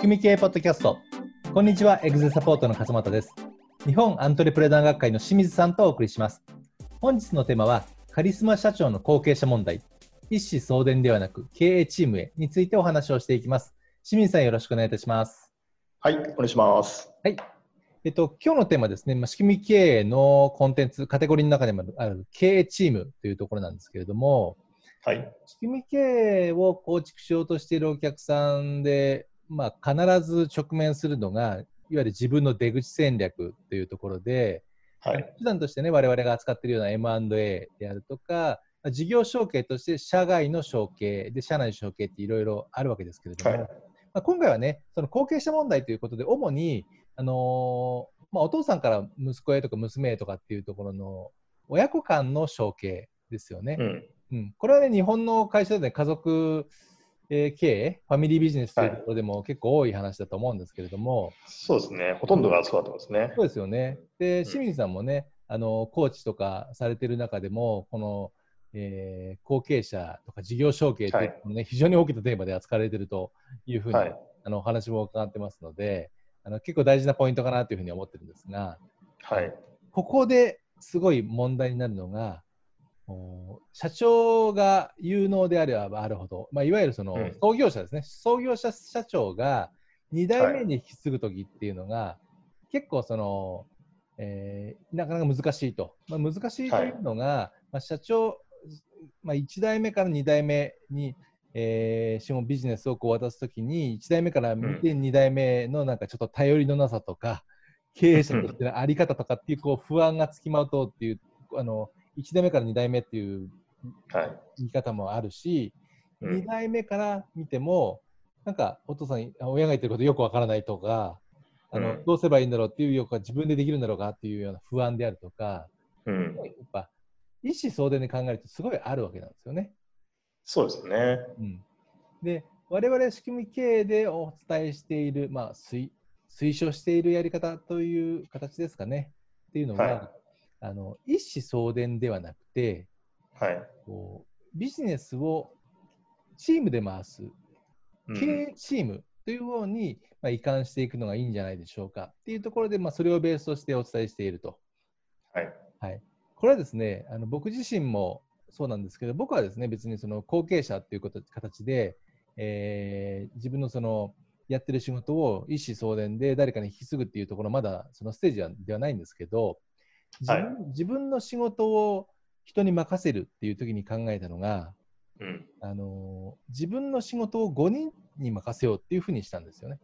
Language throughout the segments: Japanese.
組み系ポッドキャスト。こんにちは、エグゼサポートの勝俣です。日本アントレプレナー学会の清水さんとお送りします。本日のテーマは、カリスマ社長の後継者問題、一子相伝ではなく経営チームへについてお話をしていきます。清水さん、よろしくお願いいたします。 はい、お願いします。 はい。今日のテーマですね、仕組み経営のコンテンツ、カテゴリーの中でもある経営チームというところなんですけれども、 はい、 仕組み経営を構築しようとしているお客さんで、必ず直面するのが、いわゆる自分の出口戦略というところで、 はい、 手段としてね、我々が扱っているような M&A であるとか、事業承継として社外の承継で、社内の承継っていろいろあるわけですけれども、 はい、 今回はね、その後継者問題ということで、主に、お父さんから息子へとか娘へとかっていうところの親子間の承継ですよね。これはね、日本の会社で、ね、家族経営、ファミリービジネスというところでも結構多い話だと思うんですけれども、 そうですね、ほとんどがそうだと思いますね。 そうですよね。で、清水さんもね、コーチとかされている中でも、この、後継者とか事業承継というのね、非常に大きなテーマで扱われているというふうに、お話も伺ってますので、結構大事なポイントかなというふうに思ってるんですが、ここですごい問題になるのが、社長が有能であればあるほど、いわゆるその創業者ですね、創業者社長が2代目に引き継ぐときっていうのが、結構その、なかなか難しいと。難しいというのが、社長、1代目から2代目に、ビジネスをこう渡すときに、1代目から見て2代目のなんかちょっと頼りのなさとか、経営者としてのあり方とかっていうこう不安がつきまとうっていう、1代目から2代目っていう言い方もあるし、2代目から見ても、なんかお父さん、親が言ってることよくわからないとか、どうすればいいんだろうっていうようか、自分でできるんだろうかっていうような不安であるとか、やっぱ一子相伝で考えるとすごいあるわけなんですよね。 そうですね。 で、我々仕組み経営でお伝えしている、推奨しているやり方という形ですかね。っていうのは、一子相伝ではなくて、こうビジネスをチームで回す、経営チームというように、移管していくのがいいんじゃないでしょうかっていうところで、それをベースとしてお伝えしていると。これはですね、僕自身もそうなんですけど、僕はですね、別にその後継者っていう形で、自分のそのやってる仕事を一子相伝で誰かに引き継ぐっていうところ、まだそのステージではないんですけど、自分の仕事を人に任せるっていう時に考えたのが、自分の仕事を5人に任せようっていうふうにしたんですよね。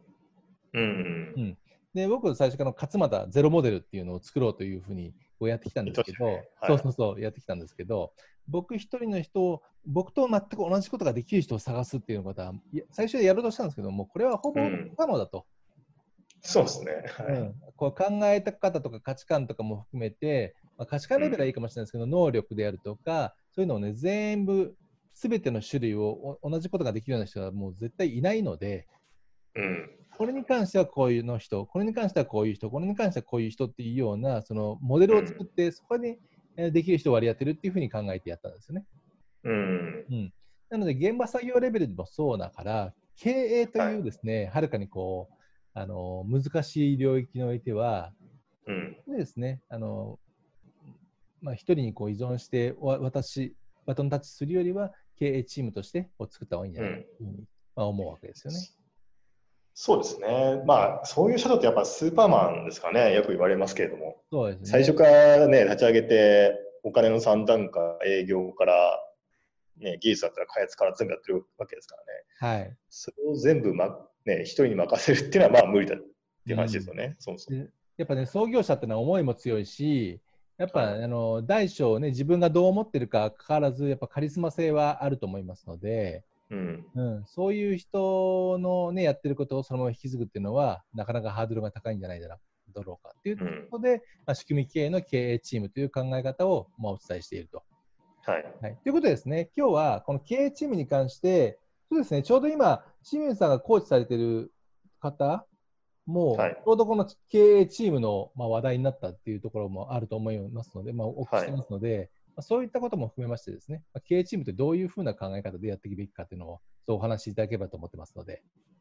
で、僕最初から勝俣ゼロモデルっていうのを作ろうというふうにやってきたんですけど、やってきたんですけど、僕一人の人を、僕と全く同じことができる人を探すっていうことは、最初やろうとしたんですけども、これはほぼ不可能だと。 そうですね。 こう考え方とか価値観とかも含めて、価値観レベルはいいかもしれないですけど、能力であるとか、そういうのをね、全部、すべての種類を同じことができるような人はもう絶対いないので、これに関してはこういうの人、これに関してはこういう人、これに関してはこういう人っていうような、そのモデルを作って、そこにできる人を割り当てるっていうふうに考えてやったんですよね。なので、現場作業レベルでもそうだから、経営というですね、はるかにこう、難しい領域においては、ですね、一人にこう依存してバトンタッチするよりは、経営チームとして作った方がいいんじゃないかというふうに思うわけですよね。 そうですね。そういう社長ってやっぱスーパーマンですかね。よく言われますけれども。 そうですね。 最初からね、立ち上げて、お金の3段階、営業から、ね、技術だったら開発から全部やってるわけですからね。それを全部、一人に任せるっていうのは無理だっていう話ですよね。 やっぱね、創業者ってのは思いも強いし、やっぱ、大小ね、自分がどう思ってるかかかわらず、やっぱカリスマ性はあると思いますので、そういう人のね、やってることをそのまま引き継ぐっていうのは、なかなかハードルが高いんじゃないだろうかっていうことで、仕組み経営の経営チームという考え方をお伝えしていると。ということでですね、今日はこの経営チームに関して、そうですね、ちょうど今、清水さんがコーチされている方も、ちょうどこの経営チームの話題になったっていうところもあると思いますので、お聞きしてますので、そういったことも含めましてですね、経営チームってどういうふうな考え方でやっていくべきかというのを、そうお話しいただければと思ってますので。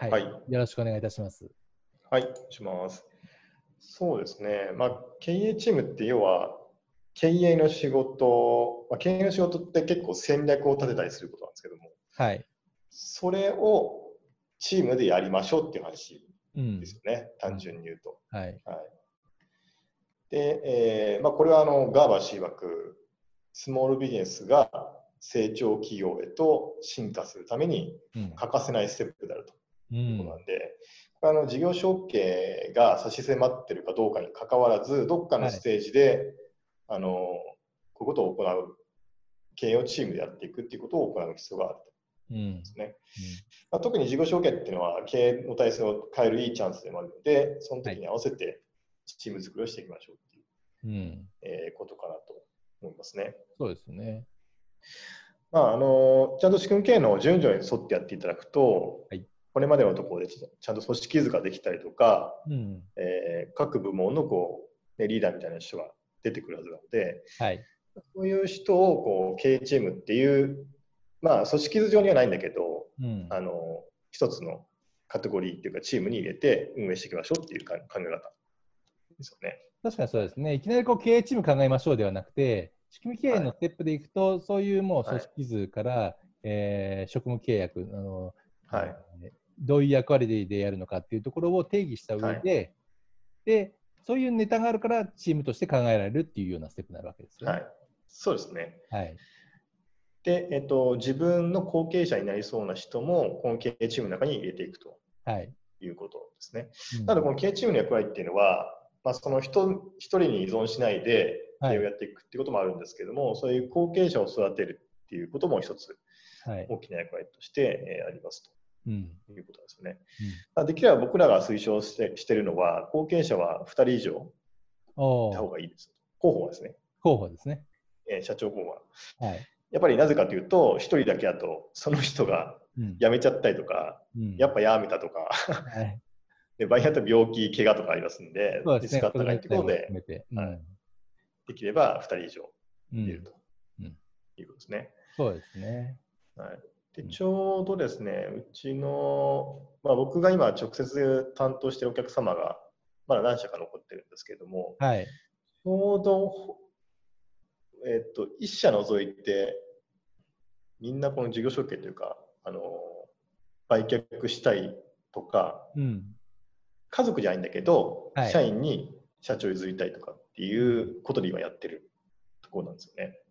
はい。よろしくお願いいたします。 はい、します。そうですね。経営チームって要は、経営の仕事、経営の仕事って結構戦略を立てたりすることなんですけども、 はい。 それをチームでやりましょうっていう話ですよね、単純に言うと。 はい。 で、これはガーバー氏曰く、スモールビジネスが成長企業へと進化するために欠かせないステップであるということなんで、これ事業承継が差し迫っているかどうかにかかわらず、どっかのステージで、こういうことを行う、経営をチームでやっていくっていうことを行う必要があるとですね。特に事業承継っていうのは経営の体制を変えるいいチャンスでもあるので、その時に合わせてチーム作りをしていきましょうっていう、ことかなと思いますね。 そうですね。 ちゃんと仕組み経営の順序に沿ってやっていただくと、これまでのところでちゃんと組織図ができたりとか、各部門のリーダーみたいな人が出てくるはずなので、そういう人を経営チームっていう、組織図上にはないんだけど、一つのカテゴリーっていうかチームに入れて運営していきましょうっていう考え方ですよね。 確かにそうですね。いきなり経営チーム考えましょうではなくて、仕組み経営のステップでいくと、そういうもう組織図から、職務契約、どういう役割でやるのかっていうところを定義した上で、で、そういうネタがあるからチームとして考えられるっていうようなステップになるわけですよね。 そうですね。で、自分の後継者になりそうな人も、この経営チームの中に入れていくということですね。なので、この経営チームの役割っていうのは、その一人に依存しないで経営をやっていくっていうこともあるんですけども、そういう後継者を育てるっていうことも一つ大きな役割として、ありますということですよね。できれば僕らが推奨しているのは、後継者は2人以上いた方がいいです。候補ですね。 候補ですね。 社長候補は。やっぱりなぜかというと、1人だけだと、その人が辞めちゃったりとか、やっぱ辞めたとか、で場合によっては病気、怪我とかありますんで、リスクが高いということで、できれば2人以上入れるということですね。 そうですね。 でちょうどですね、うちの、僕が今直接担当しているお客様がまだ何社か残ってるんですけれども、ちょうど、1社除いて、みんなこの事業承継というか、売却したいとか、家族じゃないんだけど、社員に社長譲りたいとかっていうことで今やってるところなんですよね。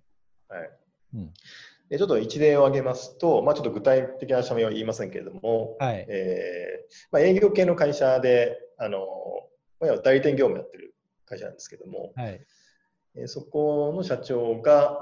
でちょっと一例を挙げますと、ちょっと具体的な社名は言いませんけれども、営業系の会社で代理店業務やってる会社なんですけども、そこの社長が、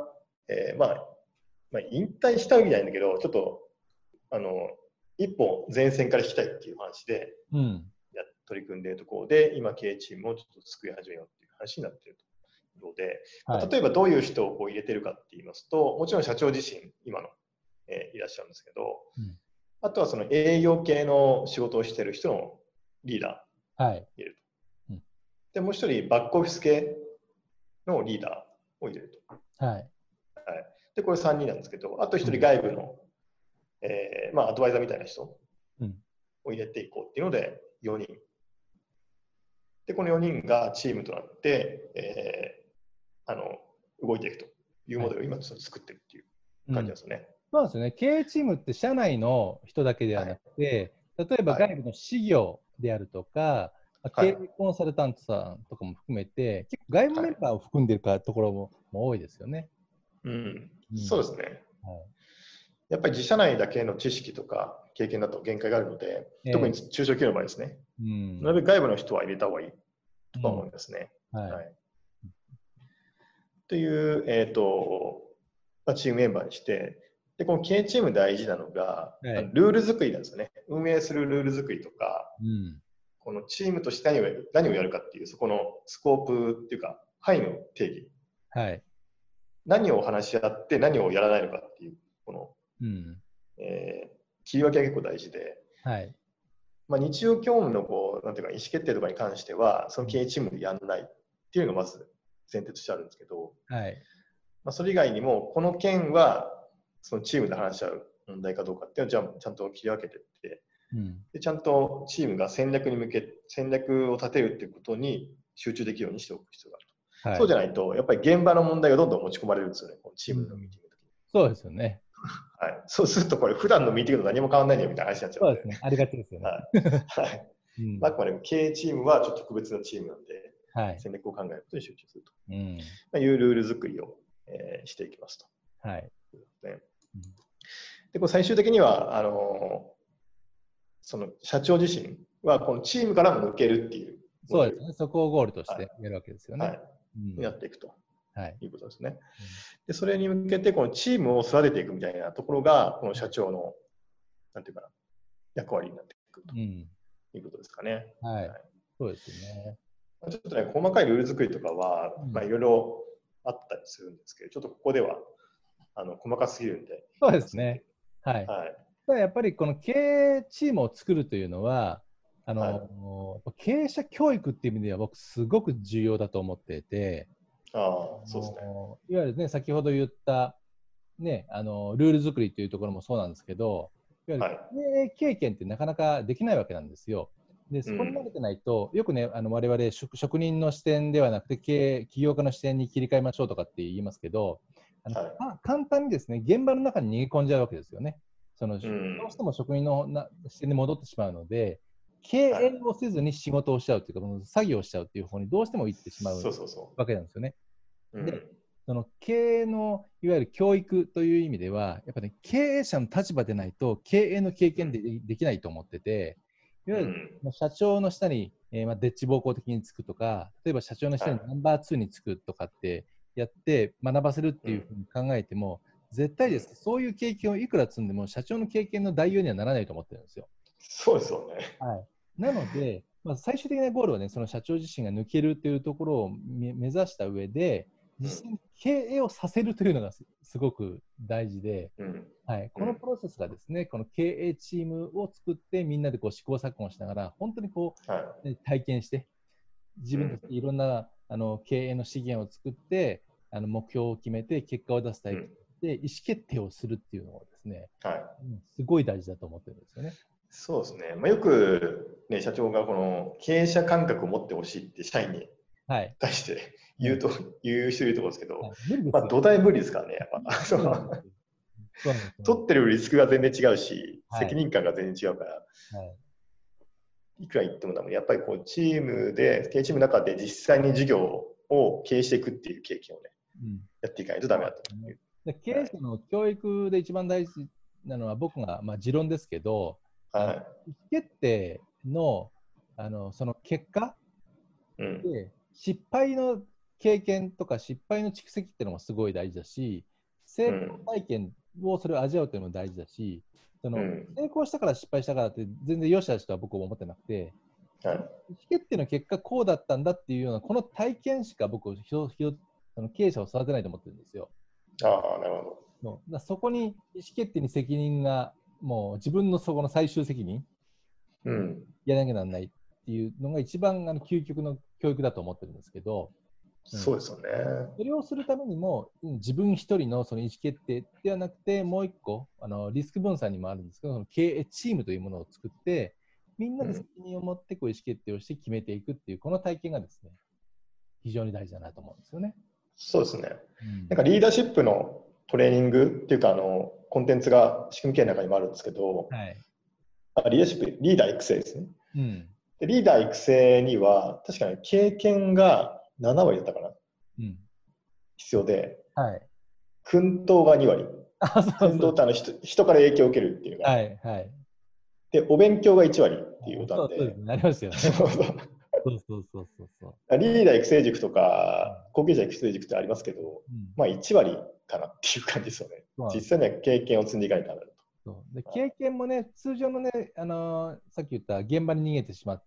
引退したわけじゃないんだけど、ちょっと一歩前線から引きたいっていう話で、取り組んでいるところで、今経営チームをちょっと作り始めようっていう話になっているということで、例えばどういう人を入れてるかって言いますと、もちろん社長自身、今の、いらっしゃるんですけど、あとはその営業系の仕事をしている人のリーダーを入れると。で、もう一人バックオフィス系のリーダーを入れると。で、これ3人なんですけど、あと1人外部の、アドバイザーみたいな人を入れていこうっていうので、4人。で、この4人がチームとなって、動いていくというモデルを今作っているっていう感じですよね。 そうですね。経営チームって社内の人だけではなくて、例えば外部の事業であるとか、経営コンサルタントさんとかも含めて、結構外部メンバーを含んでいるところも多いですよね。 そうですね。やっぱり自社内だけの知識とか経験だと限界があるので、特に中小企業の場合ですね。なるべく外部の人は入れた方がいいと思いますね。という、チームメンバーにして、でこの経営チーム大事なのが、ルール作りなんですよね。運営するルール作りとか、このチームとして何をやるかっていう、そこのスコープっていうか、範囲の定義。何を話し合って何をやらないのかっていう、この、切り分けが結構大事で、日常業務のなんていうか意思決定とかに関しては、その経営チームでやらないっていうのがまず前提としてあるんですけど、それ以外にも、この件はそのチームで話し合う問題かどうかっていうのをちゃんと切り分けていって、 でちゃんとチームが戦略を立てるっていうことに集中できるようにしておく必要があると。はい、そうじゃないと、やっぱり現場の問題がどんどん持ち込まれるんですよね、このチームのミーティングの時に。 そうですよね。 はい、そうすると、これ、普段のミーティングと何も変わらないよみたいな話になっちゃうので。 そうですね。ありがちですよね。 はい。あくまで経営チームはちょっと特別なチームなんで、戦略を考えることに集中するというルール作りを、していきますと。 はい。 で、これ最終的には、その社長自身はこのチームからも抜けるっていう。 そうですね。そこをゴールとしてやるわけですよね。 はい。やっていくと。 はい、 いうことですね。で、それに向けて、このチームを育てていくみたいなところが、この社長の、なんていうかな、役割になってくるということですかね。 はい。そうですね。 ちょっとね、細かいルール作りとかは、いろいろあったりするんですけど、ちょっとここでは細かすぎるんで。 そうですね。はい。ただやっぱりこの経営チームを作るというのは、経営者教育っていう意味では僕すごく重要だと思っていて、 そうですね。 いわゆるね、先ほど言った、ね、ルール作りというところもそうなんですけど、いわゆる経営経験ってなかなかできないわけなんですよ。で、そこに慣れてないと、よくね、我々職人の視点ではなくて、起業家の視点に切り替えましょうとかって言いますけど、簡単にですね、現場の中に逃げ込んじゃうわけですよね。どうしても職人の視点に戻ってしまうので、経営をせずに仕事をしちゃうというか、作業をしちゃうっていう方にどうしても行ってしまうわけなんですよね。で、その経営のいわゆる教育という意味では、やっぱり、ね、経営者の立場でないと経営の経験できないと思ってて、いわゆる社長の下に、デッチ暴行的につくとか、例えば社長の下にナンバー2につくとかってやって学ばせるっていうふうに考えても、絶対です、そういう経験をいくら積んでも社長の経験の代用にはならないと思ってるんですよ。 そうですよね。 はい、なので、最終的なゴールはね、その社長自身が抜けるというところを目指した上で、実際に経営をさせるというのがすごく大事で、はい、このプロセスがですね、この経営チームを作ってみんなでこう試行錯誤しながら、本当にこう、体験して、自分たちでいろんな経営の資源を作って、目標を決めて結果を出すタイプで、意思決定をするっていうのはですね、すごい大事だと思ってるんですよね。 そうですね。よく、ね、社長がこの経営者感覚を持ってほしいって社員に対して言う人いるところですけど、土台無理ですからね、やっぱ。取ってるリスクが全然違うし、責任感が全然違うから、いくら言ってもダメ。やっぱりこうチームで、経営チームの中で実際に事業を経営していくっていう経験をね、やっていかないとダメだと思う。 経営者の教育で一番大事なのは僕が、持論ですけど、意思決定の、その結果で、失敗の経験とか失敗の蓄積っていうのもすごい大事だし、成功体験をそれを味わうというのも大事だし、成功したから失敗したからって全然良し悪しとは僕は思ってなくて、意思決定の結果こうだったんだっていうようなこの体験しか僕経営者を育てないと思ってるんですよ。 なるほど。そこに意思決定に責任がもう自分のそこの最終責任、やらなきゃならないっていうのが一番究極の教育だと思ってるんですけど、 そうですよね。 それをするためにも自分一人のその意思決定ではなくて、もう一個リスク分散にもあるんですけど、その経営チームというものを作ってみんなで責任を持ってこう意思決定をして決めていくっていうこの体験がですね、非常に大事だなと思うんですよね。 そうですね。なんかリーダーシップのトレーニングっていうかコンテンツが仕組み系の中にもあるんですけど、リーダーシップ、リーダー育成ですね。でリーダー育成には確かに経験が7割だったかな、必要で、薫陶が2割。薫陶って人から影響を受けるっていうのが、でお勉強が1割っていうことなんで、 なりますよね。 リーダー育成塾とか後継者育成塾ってありますけど、1割かなっていう感じですよね。実際には経験を積んでいかないとダメだと。 で経験もね、通常のね、さっき言った現場に逃げてしまって、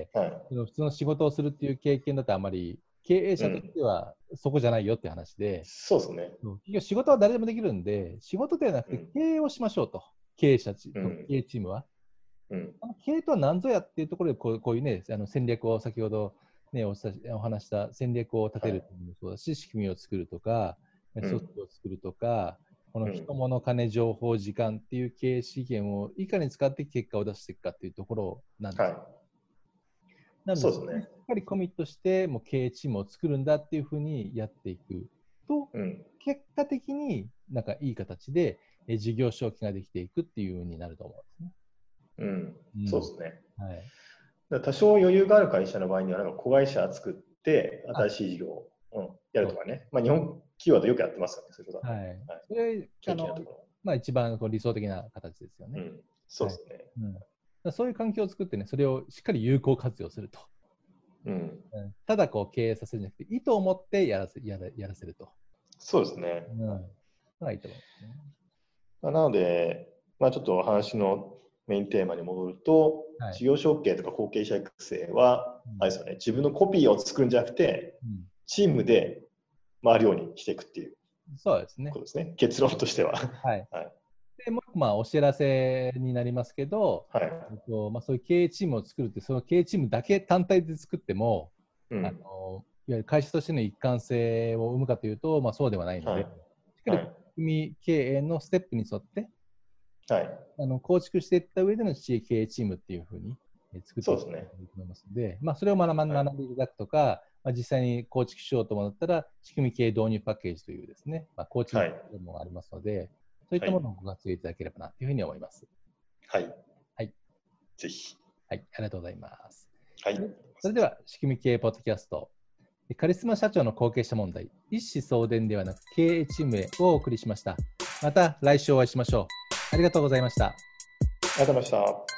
普通の仕事をするっていう経験だとあまり経営者としてはそこじゃないよって話で、 そうですね。 仕事は誰でもできるんで、仕事ではなくて経営をしましょうと、経営者と経営チームは。経営とは何ぞやっていうところでこういうね、戦略を先ほど、ね、お話した戦略を立てるというのもそうだし、仕組みを作るとか、組織を作るとか、 この人物金情報時間っていう経営資源をいかに使って結果を出していくかっていうところなんです。はい、なので、そうですね、しっかりコミットしてもう経営チームを作るんだっていうふうにやっていくと、結果的になんかいい形で事業承継ができていくっていうふうになると思うんですね。 そうですね。はい、だ多少余裕がある会社の場合にはなんか子会社作って新しい事業をやるとかね。まあ日本企業でよくやってますよね、そういうことは。はい。 それまあ一番理想的な形ですよね。 そうですね。そういう環境を作ってね、それをしっかり有効活用すると。ただこう経営させるんじゃなくて、意図を持ってやらせると。 そうですね。 いいと思いますね。 なので、まあちょっと話のメインテーマに戻ると、事業承継とか後継者育成は、あれですよね、自分のコピーを作るんじゃなくて、チームで回るようにしていくっていうそうですね。 ことですね。結論としては。 でもうお知らせになりますけど、そういう経営チームを作るって、その経営チームだけ単体で作っても、いわゆる会社としての一貫性を生むかというと、そうではないので、しっかり組み経営のステップに沿って、構築していった上での経営チームっていうふうに作っていくと思いますので、それを学んでいただくとか、実際に構築しようと思ったら、仕組み系導入パッケージというですね、構築もありますので、そういったものをご活用いただければなというふうに思います。 はい。ぜひ。 はい、ありがとうございます。 はい。 それでは、仕組み系ポッドキャスト、カリスマ社長の後継者問題、一子相伝ではなく経営チームへをお送りしました。また来週お会いしましょう。ありがとうございました。 ありがとうございました。